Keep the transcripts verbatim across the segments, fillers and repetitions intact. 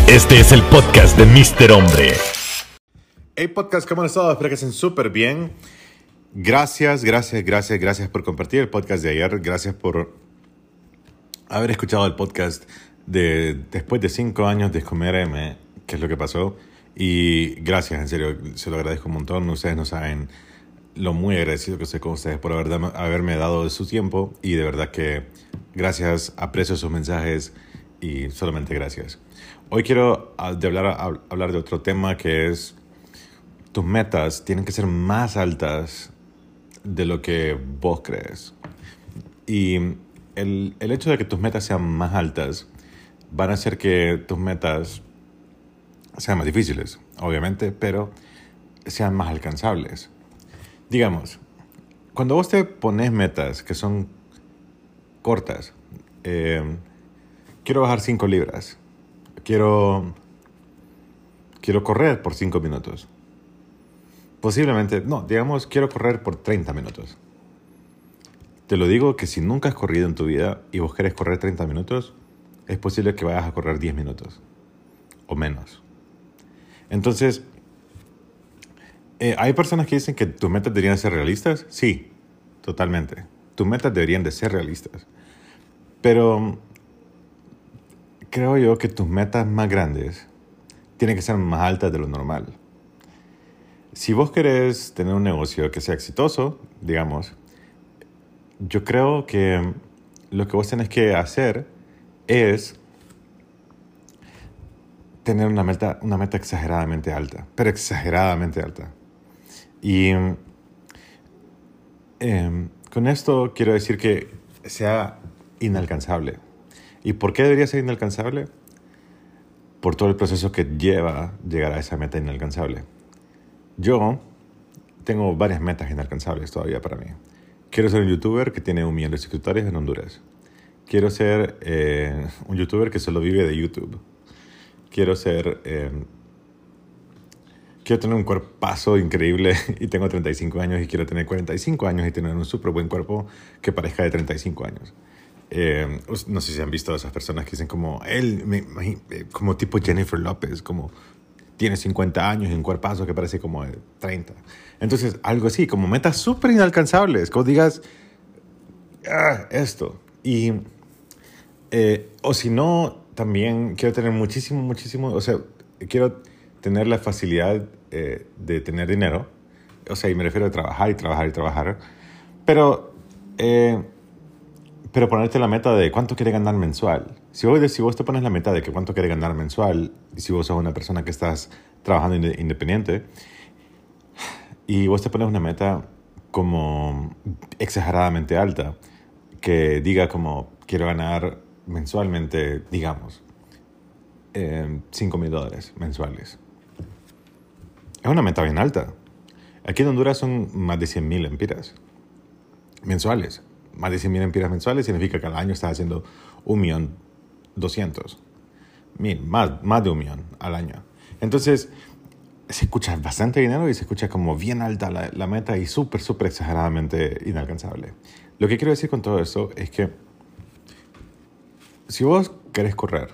Este es el podcast de míster Hombre. Hey podcast, ¿cómo han estado? Espero que estén súper bien. Gracias, gracias, gracias, gracias por compartir el podcast de ayer. Gracias por haber escuchado el podcast de después de cinco años de Comer M, qué es lo que pasó. Y gracias, en serio, se lo agradezco un montón. Ustedes no saben lo muy agradecido que estoy con ustedes por haber, haberme dado de su tiempo. Y de verdad que gracias, aprecio sus mensajes y solamente gracias. Hoy quiero de hablar, hablar de otro tema que es: tus metas tienen que ser más altas de lo que vos crees. Y el, el hecho de que tus metas sean más altas van a hacer que tus metas sean más difíciles, obviamente, pero sean más alcanzables. Digamos, cuando vos te pones metas que son cortas, eh, quiero bajar cinco libras, quiero, quiero correr por cinco minutos. Posiblemente, no, digamos, quiero correr por treinta minutos. Te lo digo que si nunca has corrido en tu vida y vos querés correr treinta minutos, es posible que vayas a correr diez minutos o menos. Entonces, eh, ¿hay personas que dicen que tus metas deberían ser realistas? Sí, totalmente. Tus metas deberían de ser realistas. Pero creo yo que tus metas más grandes tienen que ser más altas de lo normal. Si vos querés tener un negocio que sea exitoso, digamos, yo creo que lo que vos tenés que hacer es tener una meta, una meta exageradamente alta, pero exageradamente alta. Y eh, con esto quiero decir que sea inalcanzable. ¿Y por qué debería ser inalcanzable? Por todo el proceso que lleva llegar a esa meta inalcanzable. Yo tengo varias metas inalcanzables todavía para mí. Quiero ser un youtuber que tiene un millón de suscriptores en Honduras. Quiero ser eh, un youtuber que solo vive de YouTube. Quiero ser... Eh, quiero tener un cuerpazo increíble y tengo treinta y cinco años y quiero tener cuarenta y cinco años y tener un súper buen cuerpo que parezca de treinta y cinco años. Eh, no sé si han visto a esas personas que dicen como él, me, como tipo Jennifer López, como tiene cincuenta años y un cuerpazo que parece como de treinta. Entonces, algo así, como metas súper inalcanzables, como digas, ah, esto. Y, eh, o si no, también quiero tener muchísimo, muchísimo, o sea, quiero tener la facilidad eh, de tener dinero. O sea, y me refiero a trabajar y trabajar y trabajar. Pero, eh, pero ponerte la meta de cuánto quieres ganar mensual. Si vos, si vos te pones la meta de que cuánto quieres ganar mensual, y si vos sos una persona que estás trabajando independiente, y vos te pones una meta como exageradamente alta, que diga como quiero ganar mensualmente, digamos, eh, cinco mil dólares mensuales. Es una meta bien alta. Aquí en Honduras son más de cien mil empiras mensuales. Más de cien mil empiras mensuales significa que al año estás haciendo un millón doscientos mil, más, más de un millón al año. Entonces, se escucha bastante dinero y se escucha como bien alta la, la meta y súper, súper exageradamente inalcanzable. Lo que quiero decir con todo esto es que si vos querés correr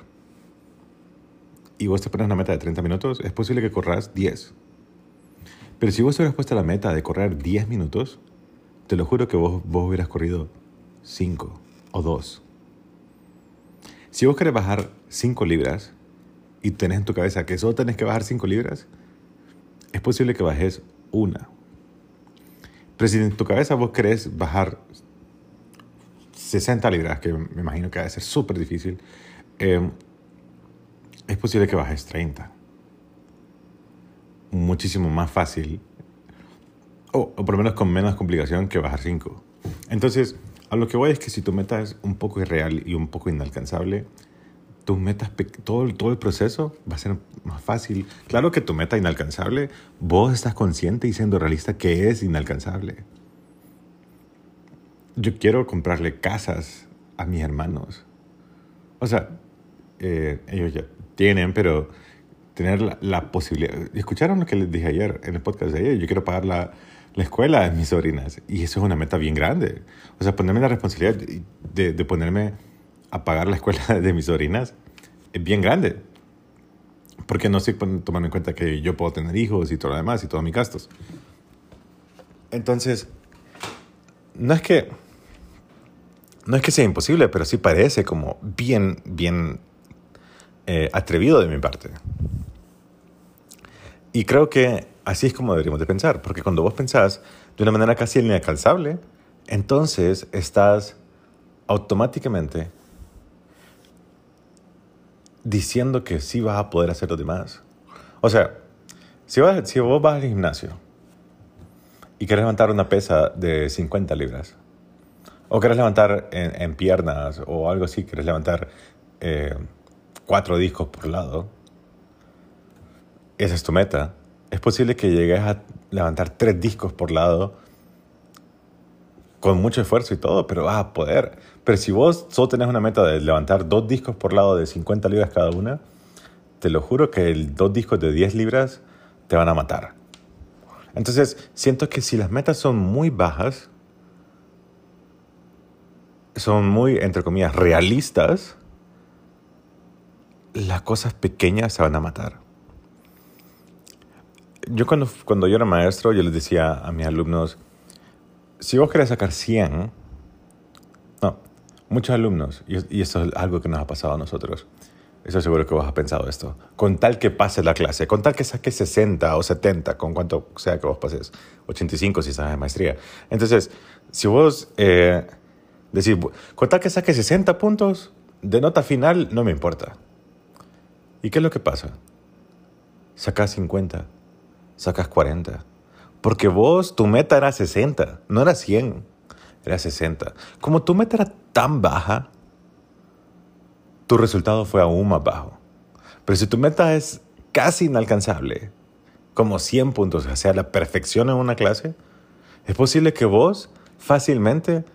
y vos te pones una meta de treinta minutos, es posible que corras diez. Pero si vos hubieras puesto la meta de correr diez minutos, te lo juro que vos, vos hubieras corrido cinco o dos. Si vos querés bajar cinco libras y tenés en tu cabeza que solo tenés que bajar cinco libras, es posible que bajes una. Pero si en tu cabeza vos querés bajar sesenta libras, que me imagino que va a ser súper difícil, eh, es posible que bajes treinta. Muchísimo más fácil, o, o por lo menos con menos complicación que bajar cinco. Entonces, a lo que voy es que si tu meta es un poco irreal y un poco inalcanzable, tus metas, todo, todo el proceso va a ser más fácil. Claro que tu meta inalcanzable, vos estás consciente y siendo realista que es inalcanzable. Yo quiero comprarle casas a mis hermanos. O sea, eh, ellos ya tienen, pero tener la, la posibilidad... ¿Escucharon lo que les dije ayer en el podcast de ayer? Yo quiero pagar la, la escuela de mis sobrinas. Y eso es una meta bien grande. O sea, ponerme la responsabilidad de, de ponerme a pagar la escuela de mis sobrinas es bien grande. Porque no estoy tomando en cuenta que yo puedo tener hijos y todo lo demás y todos mis gastos. Entonces, no es que, no es que sea imposible, pero sí parece como bien, bien eh, atrevido de mi parte. Y creo que así es como deberíamos de pensar, porque cuando vos pensás de una manera casi inalcanzable, entonces estás automáticamente diciendo que sí vas a poder hacer lo demás. O sea, si, vas, si vos vas al gimnasio y querés levantar una pesa de cincuenta libras, o querés levantar en, en piernas o algo así, querés levantar eh, cuatro discos por lado, esa es tu meta. Es posible que llegues a levantar tres discos por lado con mucho esfuerzo y todo, pero vas a poder. Pero si vos solo tenés una meta de levantar dos discos por lado de cincuenta libras cada una, te lo juro que el dos discos de diez libras te van a matar. Entonces, siento que si las metas son muy bajas, son muy, entre comillas, realistas, las cosas pequeñas se van a matar. Yo cuando, cuando yo era maestro, yo les decía a mis alumnos, si vos querés sacar cien, no, muchos alumnos, y, y eso es algo que nos ha pasado a nosotros, estoy seguro que vos has pensado esto, con tal que pase la clase, con tal que saques sesenta o setenta, con cuanto sea que vos pases, ochenta y cinco si sabes de maestría. Entonces, si vos eh, decís, con tal que saques sesenta puntos de nota final, no me importa. ¿Y qué es lo que pasa? Sacas cincuenta, sacas cuarenta. Porque vos, tu meta era sesenta, no era cien, era sesenta. Como tu meta era tan baja, tu resultado fue aún más bajo. Pero si tu meta es casi inalcanzable, como cien puntos, o sea, la perfección en una clase, es posible que vos fácilmente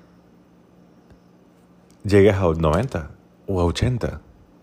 llegues a noventa o a ochenta.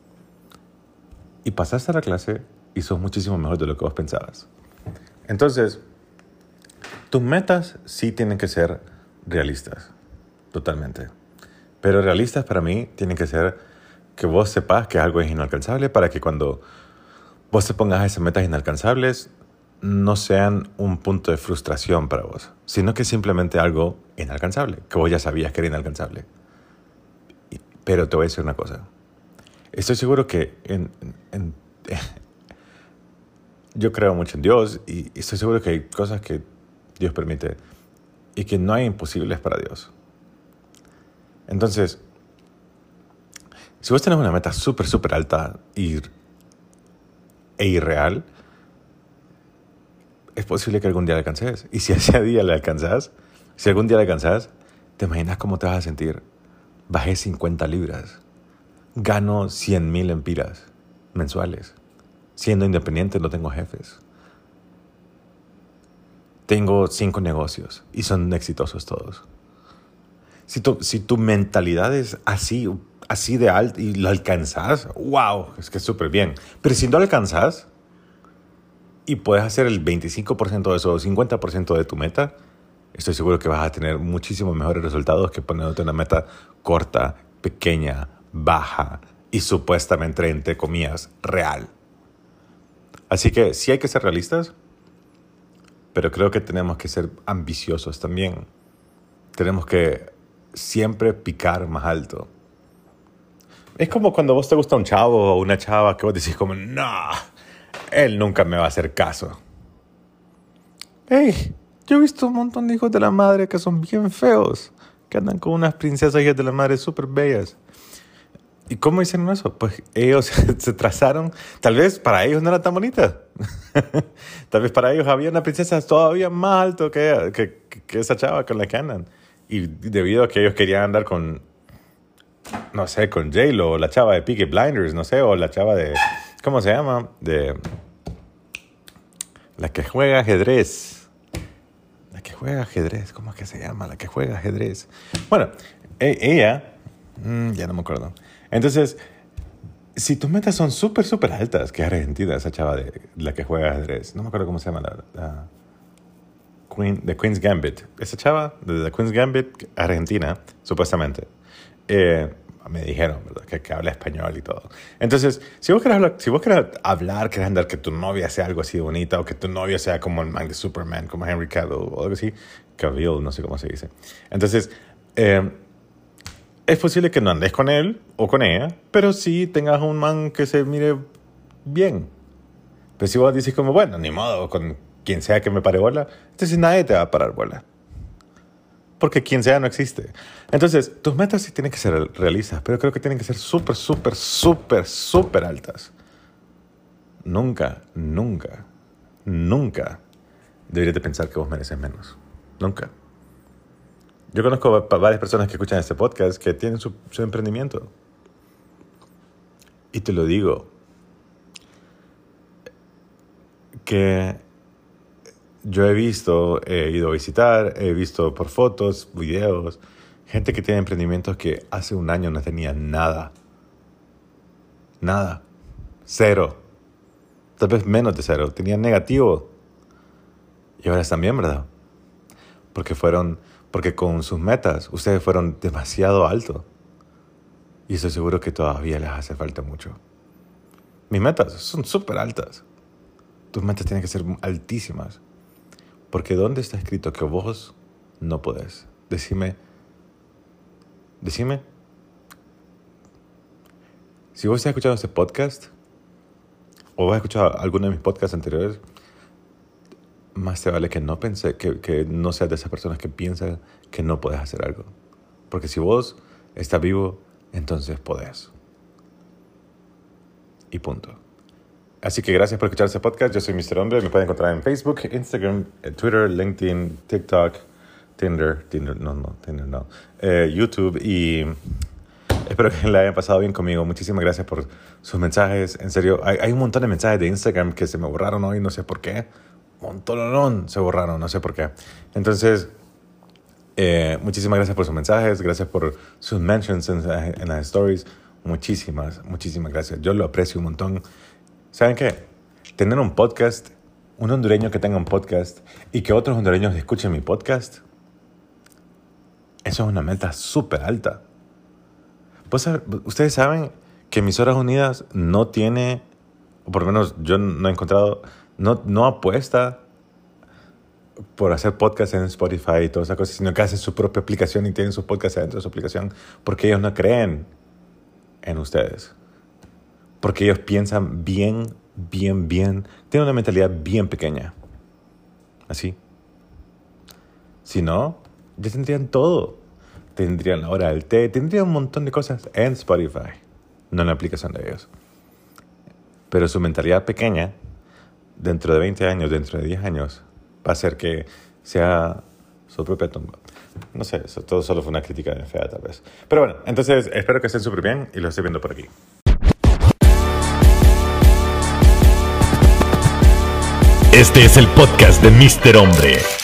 Y pasaste a la clase y sos muchísimo mejor de lo que vos pensabas. Entonces, tus metas sí tienen que ser realistas, totalmente. Pero realistas para mí tienen que ser que vos sepas que algo es inalcanzable para que cuando vos te pongas esas metas inalcanzables no sean un punto de frustración para vos, sino que simplemente algo inalcanzable, que vos ya sabías que era inalcanzable. Pero te voy a decir una cosa. Estoy seguro que en, en, en, yo creo mucho en Dios y estoy seguro que hay cosas que Dios permite y que no hay imposibles para Dios. Entonces, si vos tenés una meta súper, súper alta y, e irreal, es posible que algún día la alcances. Y si ese día la alcanzás, si algún día la alcanzás, ¿te imaginas cómo te vas a sentir? Bajé cincuenta libras. Gano cien mil empiras mensuales. Siendo independiente, no tengo jefes. Tengo cinco negocios y son exitosos todos. Si tu, si tu mentalidad es así, así de alta y lo alcanzas, wow, es que es súper bien. Pero si no lo alcanzas y puedes hacer el veinticinco por ciento de eso, cincuenta por ciento de tu meta, estoy seguro que vas a tener muchísimos mejores resultados que poniéndote una meta corta, pequeña, baja y supuestamente, entre comillas, real. Así que sí hay que ser realistas, pero creo que tenemos que ser ambiciosos también. Tenemos que siempre picar más alto. Es como cuando vos te gusta un chavo o una chava que vos decís como, no, él nunca me va a hacer caso. Hey, yo he visto un montón de hijos de la madre que son bien feos, que andan con unas princesas hijas de la madre súper bellas. ¿Y cómo hicieron eso? Pues ellos se trazaron, tal vez para ellos no era tan bonita. Tal vez para ellos había una princesa todavía más alto que, que, que esa chava con la que andan. Y debido a que ellos querían andar con, no sé, con J-Lo, o la chava de Peaky Blinders, no sé, o la chava de, ¿cómo se llama? De la que juega ajedrez. La que juega ajedrez, ¿cómo es que se llama? La que juega ajedrez. Bueno, e- ella, mmm, ya no me acuerdo. Entonces, si tus metas son súper, súper altas, que es Argentina, esa chava de la que juega ajedrez, no me acuerdo cómo se llama, la, la Queen, The Queen's Gambit, esa chava de The Queen's Gambit, Argentina, supuestamente, eh, Me dijeron, ¿verdad? Que, que habla español y todo. Entonces, si vos querés hablar, si vos querés hablar, querés andar que tu novia sea algo así de bonita, o que tu novia sea como el man de Superman, como Henry Cavill, o algo así, Cavill, no sé cómo se dice. Entonces, eh, es posible que no andes con él o con ella, pero sí tengas un man que se mire bien. Pero si vos dices como, bueno, ni modo, con quien sea que me pare bola, entonces nadie te va a parar bola. Porque quien sea no existe. Entonces, tus metas sí tienen que ser realistas, pero creo que tienen que ser súper, súper, súper, súper altas. Nunca, nunca, nunca deberías de pensar que vos mereces menos. Nunca. Yo conozco a varias personas que escuchan este podcast que tienen su, su emprendimiento. Y te lo digo, que yo he visto, he ido a visitar, he visto por fotos, videos, gente que tiene emprendimientos que hace un año no tenía nada. Nada. Cero. Tal vez menos de cero. Tenían negativo. Y ahora están bien, ¿verdad? Porque fueron, porque con sus metas, ustedes fueron demasiado altos. Y estoy seguro que todavía les hace falta mucho. Mis metas son súper altas. Tus metas tienen que ser altísimas. Porque ¿dónde está escrito que vos no podés? Decime, decime, si vos has escuchado este podcast, o has escuchado alguno de mis podcasts anteriores, más te vale que no pense, que, que no seas de esas personas que piensan que no podés hacer algo. Porque si vos estás vivo, entonces podés. Y punto. Así que gracias por escuchar este podcast. Yo soy mister Hombre. Me pueden encontrar en Facebook, Instagram, Twitter, LinkedIn, TikTok, Tinder, Tinder no, no, Tinder no, eh, YouTube. Y espero que la hayan pasado bien conmigo. Muchísimas gracias por sus mensajes. En serio, hay, hay un montón de mensajes de Instagram que se me borraron hoy, no sé por qué. Un montón se borraron, no sé por qué. Entonces, eh, muchísimas gracias por sus mensajes. Gracias por sus mentions en, en las stories. Muchísimas, muchísimas gracias. Yo lo aprecio un montón. ¿Saben qué? Tener un podcast, un hondureño que tenga un podcast y que otros hondureños escuchen mi podcast, eso es una meta súper alta. ¿Vos, ustedes saben que Emisoras Unidas no tiene, o por lo menos yo no he encontrado, no, no apuesta por hacer podcasts en Spotify y todas esas cosas, sino que hacen su propia aplicación y tienen sus podcasts dentro de su aplicación porque ellos no creen en ustedes. Porque ellos piensan bien, bien, bien. Tienen una mentalidad bien pequeña. Así. Si no, ya tendrían todo. Tendrían la hora del té. Tendrían un montón de cosas en Spotify. No en la aplicación de ellos. Pero su mentalidad pequeña, dentro de veinte años, dentro de diez años, va a hacer que sea su propia tumba. No sé, eso todo solo fue una crítica de fea tal vez. Pero bueno, entonces espero que estén súper bien y los estoy viendo por aquí. Este es el podcast de mister Hombre.